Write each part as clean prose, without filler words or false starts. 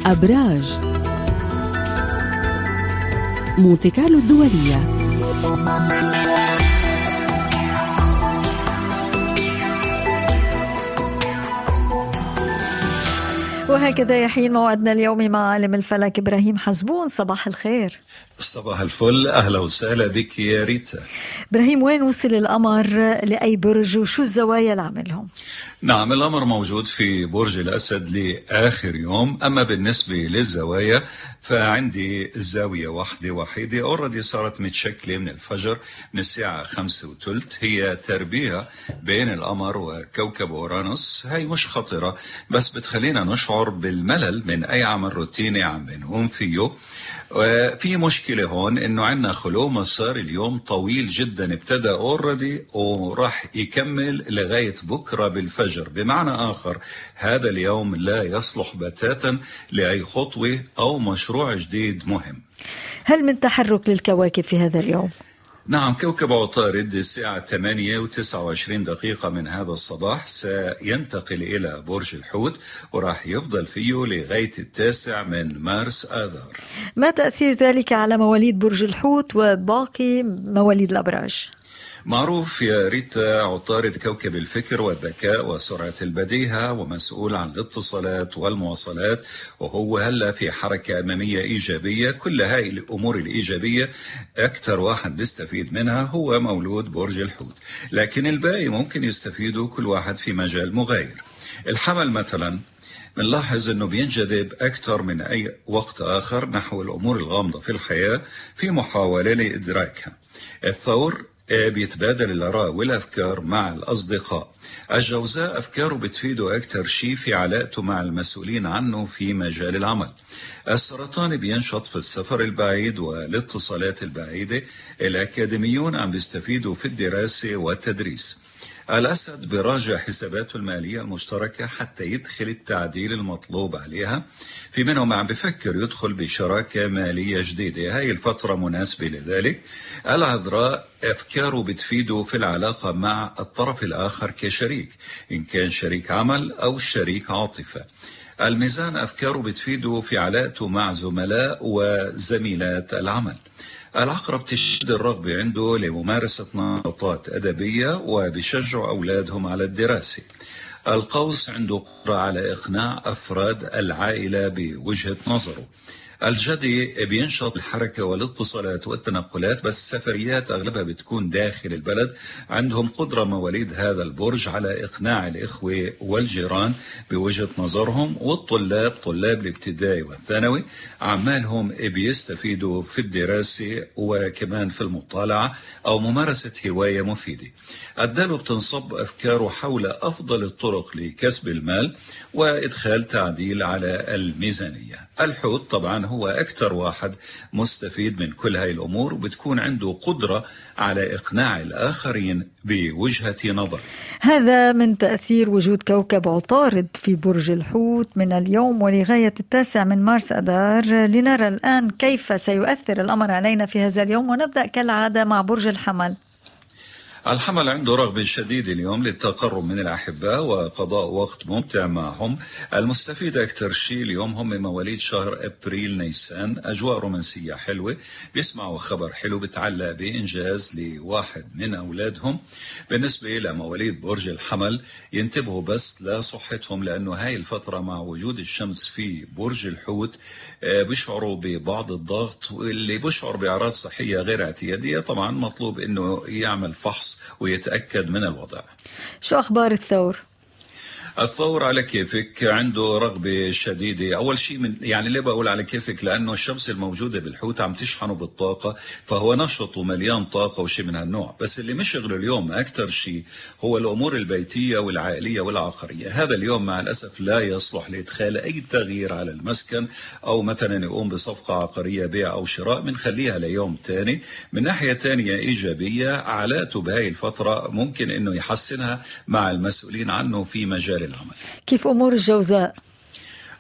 أبراج مونتي كارلو الدولية. وهكذا يحين موعدنا اليوم مع عالم الفلك إبراهيم حزبون. صباح الخير. صباح الفل، أهلا وسهلا بك يا ريتا. إبراهيم، وين وصل القمر لأي برج وشو الزوايا اللي عملهم؟ نعم، القمر موجود في برج الأسد لآخر يوم. أما بالنسبة للزوايا فعندي زاوية واحدة وحيدة أوردي صارت متشكلة من الفجر من الساعة 5:15. هي تربية بين القمر وكوكب أورانوس. هاي مش خطرة بس بتخلينا نشعر بالملل من أي عمل روتيني عم بنقوم فيه. في مشكلة هون إنه عنا خلو مسار اليوم طويل جدا، ابتدى أوردي وراح يكمل لغاية بكرة بالفجر. بمعنى آخر هذا اليوم لا يصلح بتاتا لأي خطوة أو مشروع جديد مهم. هل من تحرك للكواكب في هذا اليوم؟ نعم، كوكب عطارد الساعة 8:29 من هذا الصباح سينتقل إلى برج الحوت وراح يفضل فيه لغاية 9 من مارس آذار. ما تأثير ذلك على مواليد برج الحوت وباقي مواليد الأبراج؟ معروف يا ريتا، عطارد كوكب الفكر والذكاء وسرعة البديهة ومسؤول عن الاتصالات والمواصلات، وهو هلا في حركة أمامية إيجابية. كل هاي الأمور الإيجابية أكثر واحد بيستفيد منها هو مولود برج الحوت، لكن الباقي ممكن يستفيدوا كل واحد في مجال مغاير. الحمل مثلا بنلاحظ أنه بينجذب أكثر من أي وقت آخر نحو الأمور الغامضة في الحياة في محاولة لإدراكها. الثور بيتبادل الآراء والأفكار مع الأصدقاء. الجوزاء أفكاره بتفيده أكثر شيء في علاقته مع المسؤولين عنه في مجال العمل. السرطان بينشط في السفر البعيد والاتصالات البعيدة. الأكاديميون عم بيستفيدوا في الدراسة والتدريس. الأسد براجع حساباته المالية المشتركة حتى يدخل التعديل المطلوب عليها. في منهم عم بفكر يدخل بشراكة مالية جديدة، هاي الفترة مناسبة لذلك. العذراء أفكاره بتفيده في العلاقة مع الطرف الآخر كشريك، إن كان شريك عمل أو شريك عاطفة. الميزان أفكاره بتفيده في علاقته مع زملاء وزميلات العمل. العقرب تشد الرغبة عنده لممارسة نشاطات أدبية وبيشجع أولادهم على الدراسة. القوس عنده قدرة على إقناع أفراد العائلة بوجهة نظره. الجدي بينشط الحركة والاتصالات والتنقلات، بس السفريات أغلبها بتكون داخل البلد. عندهم قدرة مواليد هذا البرج على إقناع الإخوة والجيران بوجهة نظرهم. والطلاب طلاب الابتدائي والثانوي عمالهم بيستفيدوا في الدراسة وكمان في المطالعة أو ممارسة هواية مفيدة. الدلو بتنصب أفكاره حول أفضل الطرق لكسب المال وإدخال تعديل على الميزانية. الحوت طبعا هو أكثر واحد مستفيد من كل هاي الأمور، وبتكون عنده قدرة على إقناع الآخرين بوجهة نظر. هذا من تأثير وجود كوكب عطارد في برج الحوت من اليوم ولغاية 9 من مارس أذار. لنرى الآن كيف سيؤثر الأمر علينا في هذا اليوم، ونبدأ كالعادة مع برج الحمل. الحمل عنده رغبة شديدة اليوم للتقرب من الأحباء وقضاء وقت ممتع معهم. المستفيد أكثر شيء اليوم هم مواليد شهر أبريل نيسان. أجواء رومانسية حلوة، بيسمعوا خبر حلو بتعلق بإنجاز لواحد من أولادهم. بالنسبة لمواليد برج الحمل ينتبهوا بس لصحتهم، لأنه هاي الفترة مع وجود الشمس في برج الحوت بيشعروا ببعض الضغط، واللي بيشعر بأعراض صحية غير اعتيادية طبعا مطلوب إنه يعمل فحص ويتأكد من الوضع. شو أخبار الثور؟ الثور على كيفك، عنده رغبة شديدة. أول شيء يعني ليه بقول على كيفك؟ لأنه الشمس الموجودة بالحوت عم تشحنه بالطاقة، فهو نشط ومليان طاقة وشيء من هالنوع. بس اللي مشغله اليوم أكثر شيء هو الأمور البيتية والعائلية والعقارية. هذا اليوم مع الأسف لا يصلح لإدخال أي تغيير على المسكن، أو مثلا يقوم بصفقة عقارية بيع أو شراء، بنخليها ليوم تاني. من ناحية تانية إيجابية، علاقته بهاي الفترة ممكن إنه يحسنها مع المسؤولين عنه في مجال العمل. كيف أمور الجوزاء؟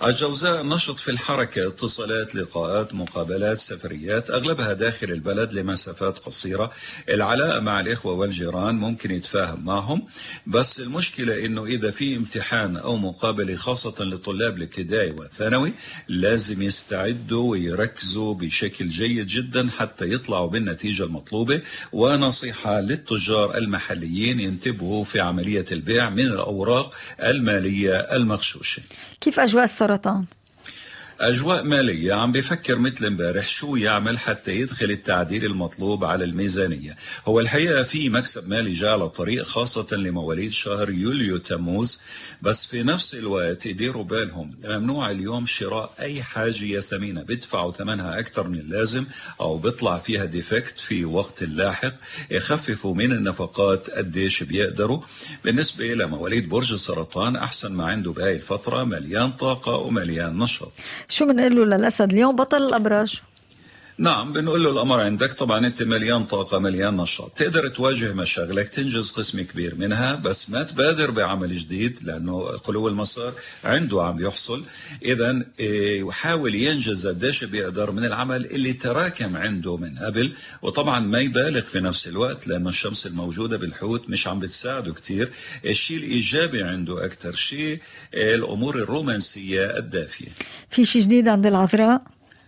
الجوزاء نشط في الحركة، اتصالات، لقاءات، مقابلات، سفريات، أغلبها داخل البلد لمسافات قصيرة. العلاقة مع الإخوة والجيران ممكن يتفاهم معهم، بس المشكلة إنه إذا في امتحان أو مقابلة خاصة لطلاب الابتدائي والثانوي لازم يستعدوا ويركزوا بشكل جيد جدا حتى يطلعوا بالنتيجة المطلوبة. ونصيحة للتجار المحليين ينتبهوا في عملية البيع من الأوراق المالية المغشوشة. كيف أجواء السرطان؟ أجواء مالية، عم بفكر مثل امبارح شو يعمل حتى يدخل التعديل المطلوب على الميزانية. هو الحقيقة في مكسب مالي جاء على طريق خاصة لمواليد شهر يوليو تموز، بس في نفس الوقت يديروا بالهم ممنوع اليوم شراء أي حاجة ثمينة بدفعوا ثمنها أكثر من اللازم أو بيطلع فيها ديفكت في وقت لاحق. يخففوا من النفقات قديش بيقدروا. بالنسبة لمواليد برج السرطان أحسن ما عنده بهاي الفترة، مليان طاقة ومليان نشاط. شو بنقول له للأسد اليوم بطل الأبراج؟ نعم، بنقول له الأمر عندك طبعا أنت مليان طاقة مليان نشاط، تقدر تواجه مشاغلك، تنجز قسم كبير منها، بس ما تبادر بعمل جديد لأنه قلوب المسار عنده عم يحصل. إذن يحاول ينجز قديش بيقدر من العمل اللي تراكم عنده من قبل، وطبعا ما يبالغ في نفس الوقت لأنه الشمس الموجودة بالحوت مش عم بتساعده كتير. الشيء الإيجابي عنده أكتر شيء الأمور الرومانسية الدافية. في شيء جديد عند العذراء؟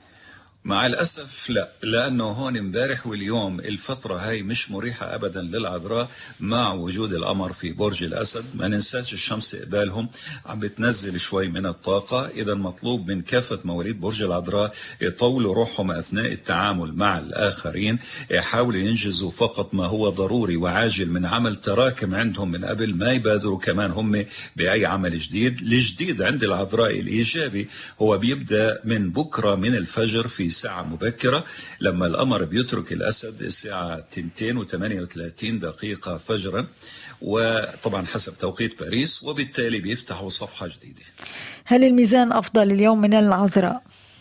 مع الأسف لا، لأنه هون امبارح واليوم الفترة هاي مش مريحة أبدا للعذراء مع وجود القمر في برج الأسد. ما ننساش الشمس قبالهم عم بتنزل شوي من الطاقة. إذا مطلوب من كافة مواليد برج العذراء يطولوا روحهم أثناء التعامل مع الآخرين، يحاولوا ينجزوا فقط ما هو ضروري وعاجل من عمل تراكم عندهم من قبل، ما يبادروا كمان هم بأي عمل جديد. الجديد عند العذراء الإيجابي هو بيبدأ من بكرة من الفجر في ساعة مبكرة لما القمر بيترك الأسد الساعة 2:38 فجرا، وطبعا حسب توقيت باريس، وبالتالي بيفتحوا صفحة جديدة. هل الميزان أفضل اليوم من العذراء؟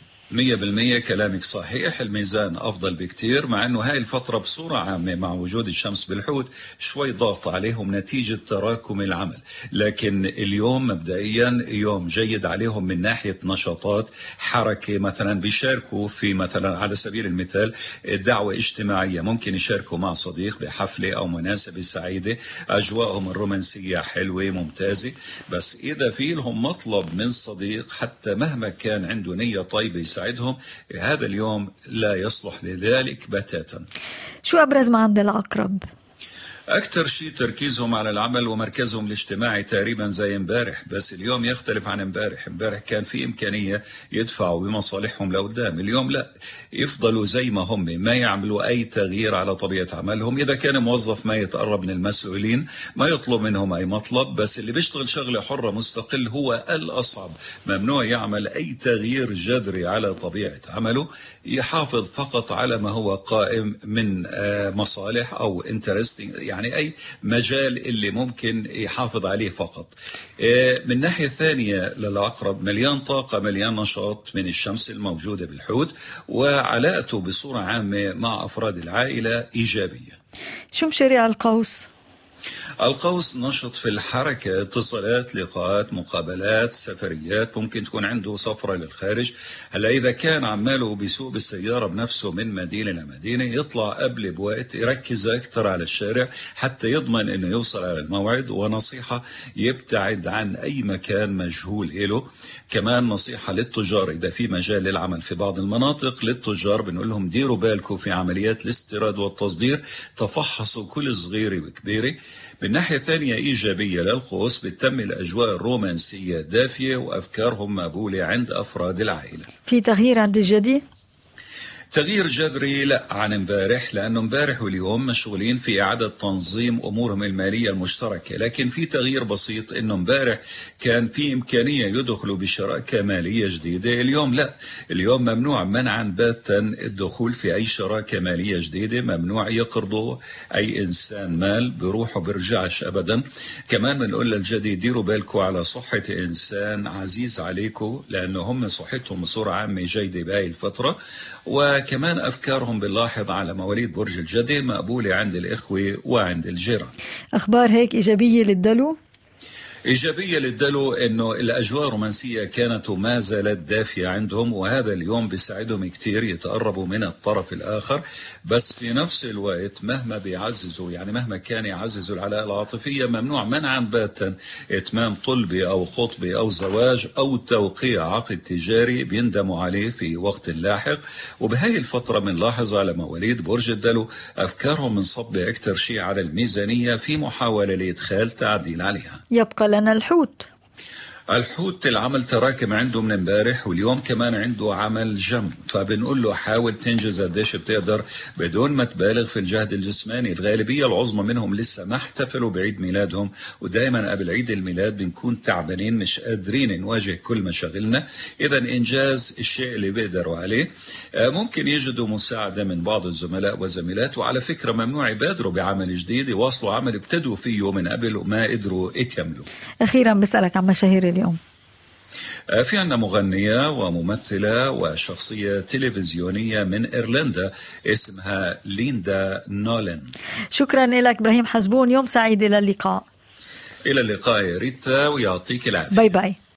100% كلامك صحيح، الميزان أفضل بكتير، مع أنه هاي الفترة بصورة عامة مع وجود الشمس بالحوت شوي ضغط عليهم نتيجة تراكم العمل، لكن اليوم مبدئيا يوم جيد عليهم من ناحية نشاطات حركة. مثلا بيشاركوا في مثلا على سبيل المثال دعوة اجتماعية، ممكن يشاركوا مع صديق بحفلة أو مناسبة سعيدة، أجواءهم الرومانسية حلوة ممتازة. بس إذا في لهم مطلب من صديق حتى مهما كان عنده نية طيبة يساعدهم، هذا اليوم لا يصلح لذلك بتاتا. شو أبرز ما عند العقرب؟ أكثر شيء تركيزهم على العمل ومركزهم الاجتماعي تقريبا زي امبارح، بس اليوم يختلف عن امبارح. امبارح كان في إمكانية يدفعوا بمصالحهم لقدام، اليوم لا، يفضلوا زي ما هم، ما يعملوا أي تغيير على طبيعة عملهم. إذا كان موظف ما يتقرب من المسؤولين، ما يطلب منهم أي مطلب، بس اللي بيشتغل شغلة حرة مستقل هو الأصعب، ممنوع يعمل أي تغيير جذري على طبيعة عمله، يحافظ فقط على ما هو قائم من مصالح أو انترستينج، يعني أي مجال اللي ممكن يحافظ عليه فقط. من الناحية الثانية للعقرب مليان طاقة مليان نشاط من الشمس الموجودة بالحوت، وعلاقته بصورة عامة مع أفراد العائلة إيجابية. شو مشاريع القوس؟ القوس نشط في الحركة، اتصالات، لقاءات، مقابلات، سفريات، ممكن تكون عنده سفرة للخارج. هلا إذا كان عماله بيسوق بالسيارة بنفسه من مدينة لمدينة، يطلع قبل بوقت، يركز أكثر على الشارع حتى يضمن أنه يوصل على الموعد. ونصيحة يبتعد عن أي مكان مجهول له. كمان نصيحة للتجار، إذا في مجال للعمل في بعض المناطق للتجار بنقول لهم ديروا بالكم في عمليات الاستيراد والتصدير، تفحصوا كل صغيرة وكبيرة. من ناحية ثانية إيجابية للقوس، بتتم الأجواء الرومانسية دافية وأفكارهم مقبولة عند أفراد العائلة. في تغيير عند الجدي؟ تغيير جذري لا عن امبارح، لأنه امبارح واليوم مشغولين في إعادة تنظيم أمورهم المالية المشتركة، لكن في تغيير بسيط، إنه امبارح كان في إمكانية يدخلوا بشراكة مالية جديدة، اليوم لا، اليوم ممنوع منعا باتا الدخول في أي شراكة مالية جديدة، ممنوع يقرضوا أي إنسان مال بروح وبرجعش أبدا. كمان بنقول للجدي ديروا بالكم على صحة إنسان عزيز عليكم، لأنه هم صحتهم بصورة عامة جيدة بهاي الفترة. وكمان أفكارهم بنلاحظ على مواليد برج الجدي مقبولة عند الإخوة وعند الجيران. أخبار هيك إيجابية للدلو؟ إيجابية للدلو أنه الأجواء الرومانسية كانت وما زالت دافية عندهم، وهذا اليوم بيساعدهم كتير يتقربوا من الطرف الآخر. بس في نفس الوقت مهما بيعززوا، يعني مهما كان يعززوا العلاقة العاطفية، ممنوع منعا باتا إتمام طلبي أو خطبة أو زواج أو توقيع عقد تجاري بيندموا عليه في وقت لاحق. وبهاي الفترة بنلاحظ على مواليد برج الدلو أفكارهم منصبة أكثر شيء على الميزانية في محاولة لإدخال تعديل عليها. يبقى لنا الحوت. الحوت العمل تراكم عنده من امبارح، واليوم كمان عنده عمل جم، فبنقول له حاول تنجز قديش بتقدر بدون ما تبالغ في الجهد الجسماني. الغالبية العظمى منهم لسه ما احتفلوا بعيد ميلادهم، ودائما قبل عيد الميلاد بنكون تعبانين مش قادرين نواجه كل مشاغلنا. إذا إنجاز الشيء اللي بيقدروا عليه. ممكن يجدوا مساعدة من بعض الزملاء وزميلات، وعلى فكرة ممنوع يبادروا بعمل جديد يواصلوا عمل ابتدوا فيه من قبل وما قدروا يكملوا. أخيرا بسألك عن مشاهير اليوم. في عنا مغنية وممثلة وشخصية تلفزيونية من إيرلندا اسمها ليندا نولن. شكرا لك إبراهيم حزبون، يوم سعيد، إلى اللقاء. إلى اللقاء يا ريتا، ويعطيك العافية. باي باي.